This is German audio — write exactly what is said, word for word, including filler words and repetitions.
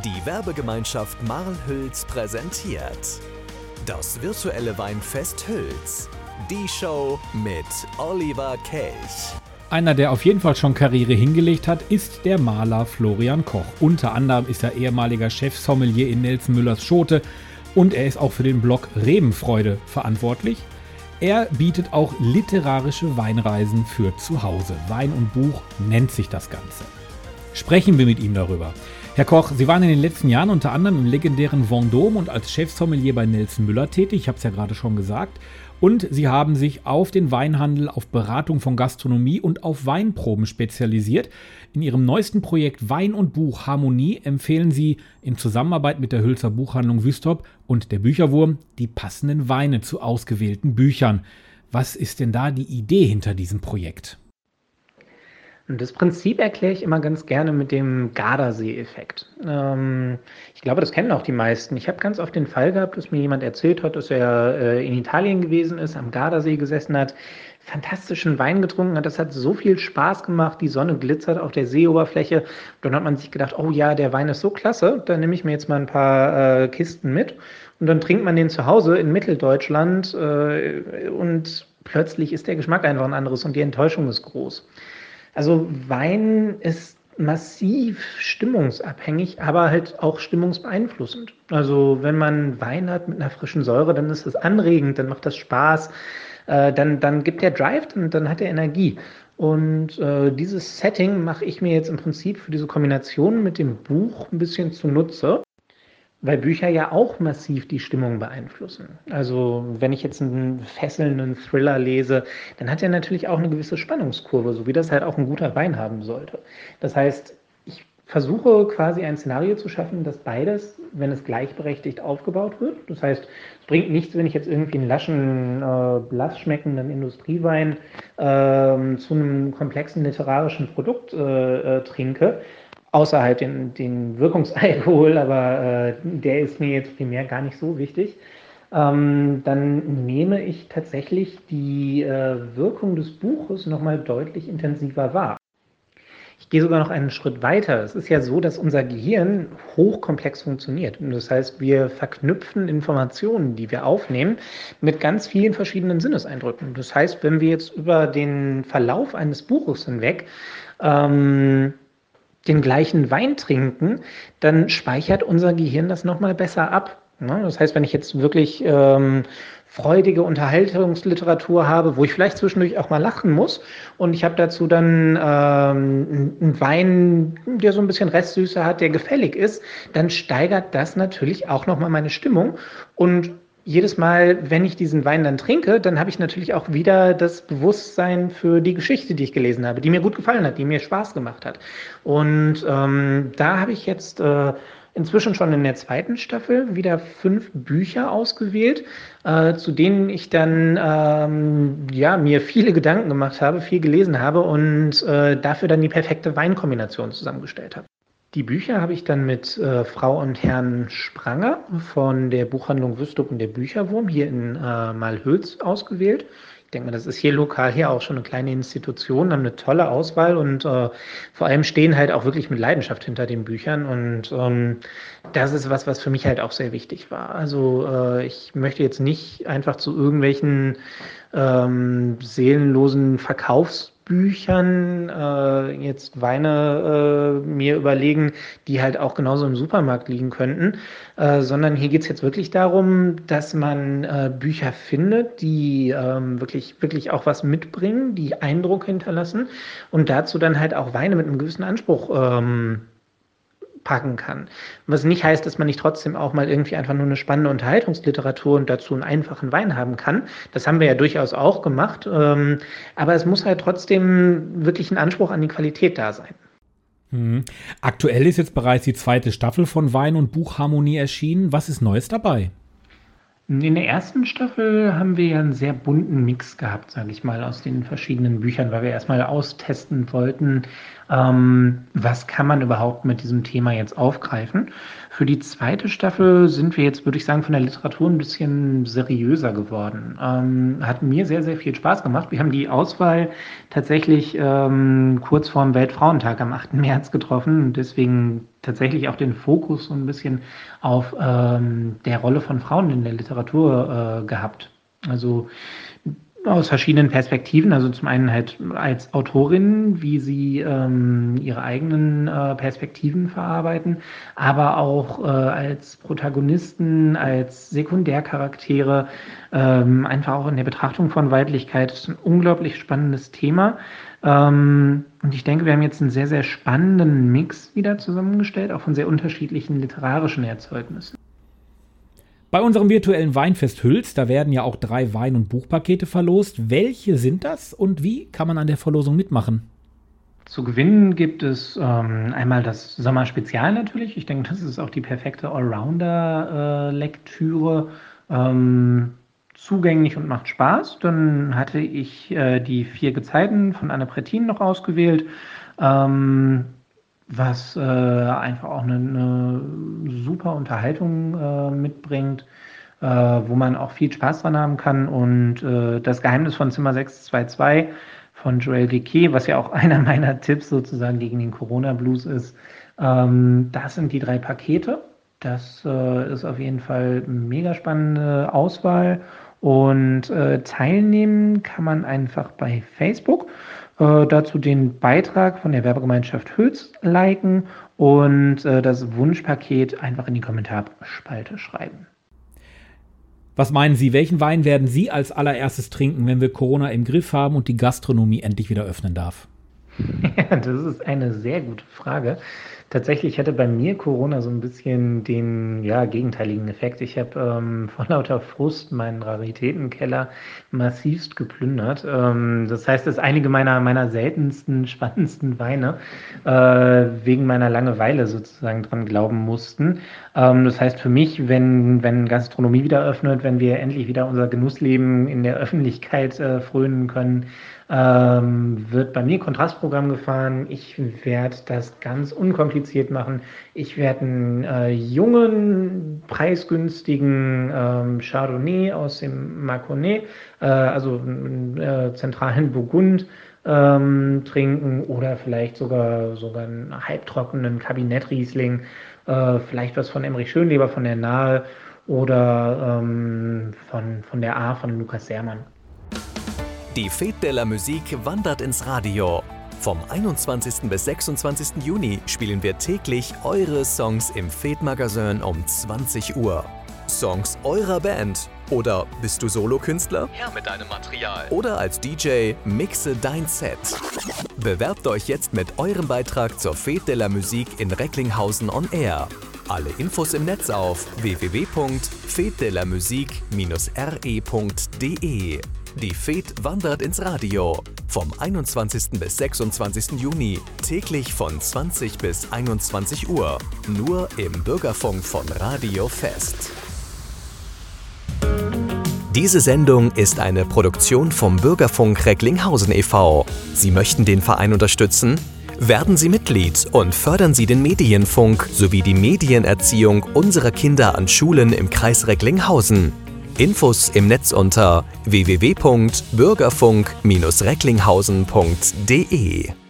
Die Werbegemeinschaft Marl-Hülz präsentiert das virtuelle Weinfest Hülz. Die Show mit Oliver Kelch. Einer, der auf jeden Fall schon Karriere hingelegt hat, ist der Maler Florian Koch. Unter anderem ist er ehemaliger Chefsommelier in Nelson Müllers Schote und er ist auch für den Blog Rebenfreude verantwortlich. Er bietet auch literarische Weinreisen für zu Hause. Wein und Buch nennt sich das Ganze. Sprechen wir mit ihm darüber. Herr Koch, Sie waren in den letzten Jahren unter anderem im legendären Vendôme und als Chefsommelier bei Nelson Müller tätig, ich habe es ja gerade schon gesagt. Und Sie haben sich auf den Weinhandel, auf Beratung von Gastronomie und auf Weinproben spezialisiert. In Ihrem neuesten Projekt Wein und Buch Harmonie empfehlen Sie in Zusammenarbeit mit der Hülzer Buchhandlung Wüstop und der Bücherwurm die passenden Weine zu ausgewählten Büchern. Was ist denn da die Idee hinter diesem Projekt? Und das Prinzip erkläre ich immer ganz gerne mit dem Gardasee-Effekt. Ähm, ich glaube, das kennen auch die meisten. Ich habe ganz oft den Fall gehabt, dass mir jemand erzählt hat, dass er äh, in Italien gewesen ist, am Gardasee gesessen hat, fantastischen Wein getrunken hat. Das hat so viel Spaß gemacht, die Sonne glitzert auf der Seeoberfläche. Dann hat man sich gedacht, oh ja, der Wein ist so klasse, dann nehme ich mir jetzt mal ein paar äh, Kisten mit. Und dann trinkt man den zu Hause in Mitteldeutschland äh, und plötzlich ist der Geschmack einfach ein anderes und die Enttäuschung ist groß. Also Wein ist massiv stimmungsabhängig, aber halt auch stimmungsbeeinflussend. Also wenn man Wein hat mit einer frischen Säure, dann ist das anregend, dann macht das Spaß, äh, dann, dann gibt der Drive, dann, dann hat er Energie. Und äh, dieses Setting mache ich mir jetzt im Prinzip für diese Kombination mit dem Buch ein bisschen zunutze. Weil Bücher ja auch massiv die Stimmung beeinflussen. Also wenn ich jetzt einen fesselnden Thriller lese, dann hat er natürlich auch eine gewisse Spannungskurve, so wie das halt auch ein guter Wein haben sollte. Das heißt, ich versuche quasi ein Szenario zu schaffen, dass beides, wenn es gleichberechtigt aufgebaut wird, das heißt, es bringt nichts, wenn ich jetzt irgendwie einen laschen, äh, blass schmeckenden Industriewein äh, zu einem komplexen literarischen Produkt äh, äh, trinke, außer halt den, den Wirkungsalkohol, aber äh, der ist mir jetzt primär gar nicht so wichtig, ähm, dann nehme ich tatsächlich die äh, Wirkung des Buches nochmal deutlich intensiver wahr. Ich gehe sogar noch einen Schritt weiter. Es ist ja so, dass unser Gehirn hochkomplex funktioniert. Und das heißt, wir verknüpfen Informationen, die wir aufnehmen, mit ganz vielen verschiedenen Sinneseindrücken. Das heißt, wenn wir jetzt über den Verlauf eines Buches hinweg ähm, den gleichen Wein trinken, dann speichert unser Gehirn das nochmal besser ab. Das heißt, wenn ich jetzt wirklich ähm, freudige Unterhaltungsliteratur habe, wo ich vielleicht zwischendurch auch mal lachen muss und ich habe dazu dann ähm, einen Wein, der so ein bisschen Restsüße hat, der gefällig ist, dann steigert das natürlich auch nochmal meine Stimmung. Und jedes Mal, wenn ich diesen Wein dann trinke, dann habe ich natürlich auch wieder das Bewusstsein für die Geschichte, die ich gelesen habe, die mir gut gefallen hat, die mir Spaß gemacht hat. Und ähm, da habe ich jetzt äh, inzwischen schon in der zweiten Staffel wieder fünf Bücher ausgewählt, äh, zu denen ich dann ähm, ja, mir viele Gedanken gemacht habe, viel gelesen habe und äh, dafür dann die perfekte Weinkombination zusammengestellt habe. Die Bücher habe ich dann mit äh, Frau und Herrn Spranger von der Buchhandlung Wüstop und der Bücherwurm hier in äh, Marl-Hülz ausgewählt. Ich denke mal, das ist hier lokal hier auch schon eine kleine Institution, haben eine tolle Auswahl und äh, vor allem stehen halt auch wirklich mit Leidenschaft hinter den Büchern und ähm, das ist was, was für mich halt auch sehr wichtig war. Also äh, ich möchte jetzt nicht einfach zu irgendwelchen ähm, seelenlosen Verkaufs Büchern äh, jetzt Weine äh, mir überlegen, die halt auch genauso im Supermarkt liegen könnten, äh, sondern hier geht es jetzt wirklich darum, dass man äh, Bücher findet, die ähm, wirklich, wirklich auch was mitbringen, die Eindruck hinterlassen und dazu dann halt auch Weine mit einem gewissen Anspruch ähm, packen kann. Was nicht heißt, dass man nicht trotzdem auch mal irgendwie einfach nur eine spannende Unterhaltungsliteratur und dazu einen einfachen Wein haben kann. Das haben wir ja durchaus auch gemacht. Ähm, aber es muss halt trotzdem wirklich ein Anspruch an die Qualität da sein. Hm. Aktuell ist jetzt bereits die zweite Staffel von Wein und Buch Harmonie erschienen. Was ist Neues dabei? In der ersten Staffel haben wir ja einen sehr bunten Mix gehabt, sage ich mal, aus den verschiedenen Büchern, weil wir erstmal austesten wollten, Ähm, was kann man überhaupt mit diesem Thema jetzt aufgreifen? Für die zweite Staffel sind wir jetzt, würde ich sagen, von der Literatur ein bisschen seriöser geworden. Ähm, hat mir sehr, sehr viel Spaß gemacht. Wir haben die Auswahl tatsächlich ähm, kurz vorm Weltfrauentag am achten März getroffen und deswegen tatsächlich auch den Fokus so ein bisschen auf ähm, der Rolle von Frauen in der Literatur äh, gehabt. Also aus verschiedenen Perspektiven, also zum einen halt als Autorin, wie sie ähm, ihre eigenen äh, Perspektiven verarbeiten, aber auch äh, als Protagonisten, als Sekundärcharaktere, ähm, einfach auch in der Betrachtung von Weiblichkeit. Das ist ein unglaublich spannendes Thema. Ähm, und ich denke, wir haben jetzt einen sehr, sehr spannenden Mix wieder zusammengestellt, auch von sehr unterschiedlichen literarischen Erzeugnissen. Bei unserem virtuellen Weinfest Hüls, da werden ja auch drei Wein- und Buchpakete verlost. Welche sind das und wie kann man an der Verlosung mitmachen? Zu gewinnen gibt es ähm, einmal das Sommerspezial natürlich. Ich denke, das ist auch die perfekte Allrounder-Lektüre. Äh, ähm, zugänglich und macht Spaß. Dann hatte ich äh, die vier Gezeiten von Anne Prettin noch ausgewählt. Ähm, was äh, einfach auch eine, eine super Unterhaltung äh, mitbringt, äh, wo man auch viel Spaß dran haben kann. Und äh, das Geheimnis von Zimmer sechs zwei zwei von Joël Dicker, was ja auch einer meiner Tipps sozusagen gegen den Corona-Blues ist, ähm, das sind die drei Pakete. Das äh, ist auf jeden Fall eine mega spannende Auswahl. Und äh, teilnehmen kann man einfach bei Facebook. Äh, dazu den Beitrag von der Werbegemeinschaft Hüls liken und äh, das Wunschpaket einfach in die Kommentarspalte schreiben. Was meinen Sie, welchen Wein werden Sie als allererstes trinken, wenn wir Corona im Griff haben und die Gastronomie endlich wieder öffnen darf? Ja, das ist eine sehr gute Frage. Tatsächlich hatte bei mir Corona so ein bisschen den ja, gegenteiligen Effekt. Ich habe ähm, vor lauter Frust meinen Raritätenkeller massivst geplündert. Ähm, das heißt, dass einige meiner, meiner seltensten, spannendsten Weine äh, wegen meiner Langeweile sozusagen dran glauben mussten. Ähm, das heißt für mich, wenn, wenn Gastronomie wieder öffnet, wenn wir endlich wieder unser Genussleben in der Öffentlichkeit äh, frönen können, Ähm, wird bei mir Kontrastprogramm gefahren. Ich werde das ganz unkompliziert machen. Ich werde einen äh, jungen, preisgünstigen ähm, Chardonnay aus dem Mâconnais, äh, also einen äh, zentralen Burgund, ähm, trinken oder vielleicht sogar, sogar einen halbtrockenen Kabinett-Riesling, äh, vielleicht was von Emmerich Schönleber von der Nahe oder ähm, von, von der A von Lukas Sermann. Die Fête de la Musique wandert ins Radio. Vom einundzwanzigsten bis sechsundzwanzigsten Juni spielen wir täglich eure Songs im Fête-Magazin um zwanzig Uhr. Songs eurer Band. Oder bist du Solokünstler? Her mit deinem Material. Oder als D J mixe dein Set. Bewerbt euch jetzt mit eurem Beitrag zur Fête de la Musique in Recklinghausen on Air. Alle Infos im Netz auf w w w punkt fête de la musique Bindestrich r e punkt d e. Die Fête wandert ins Radio. Vom einundzwanzigsten bis sechsundzwanzigsten Juni. Täglich von zwanzig bis einundzwanzig Uhr. Nur im Bürgerfunk von Radio Fest. Diese Sendung ist eine Produktion vom Bürgerfunk Recklinghausen e V Sie möchten den Verein unterstützen? Werden Sie Mitglied und fördern Sie den Medienfunk sowie die Medienerziehung unserer Kinder an Schulen im Kreis Recklinghausen. Infos im Netz unter w w w punkt bürgerfunk Bindestrich recklinghausen punkt d e.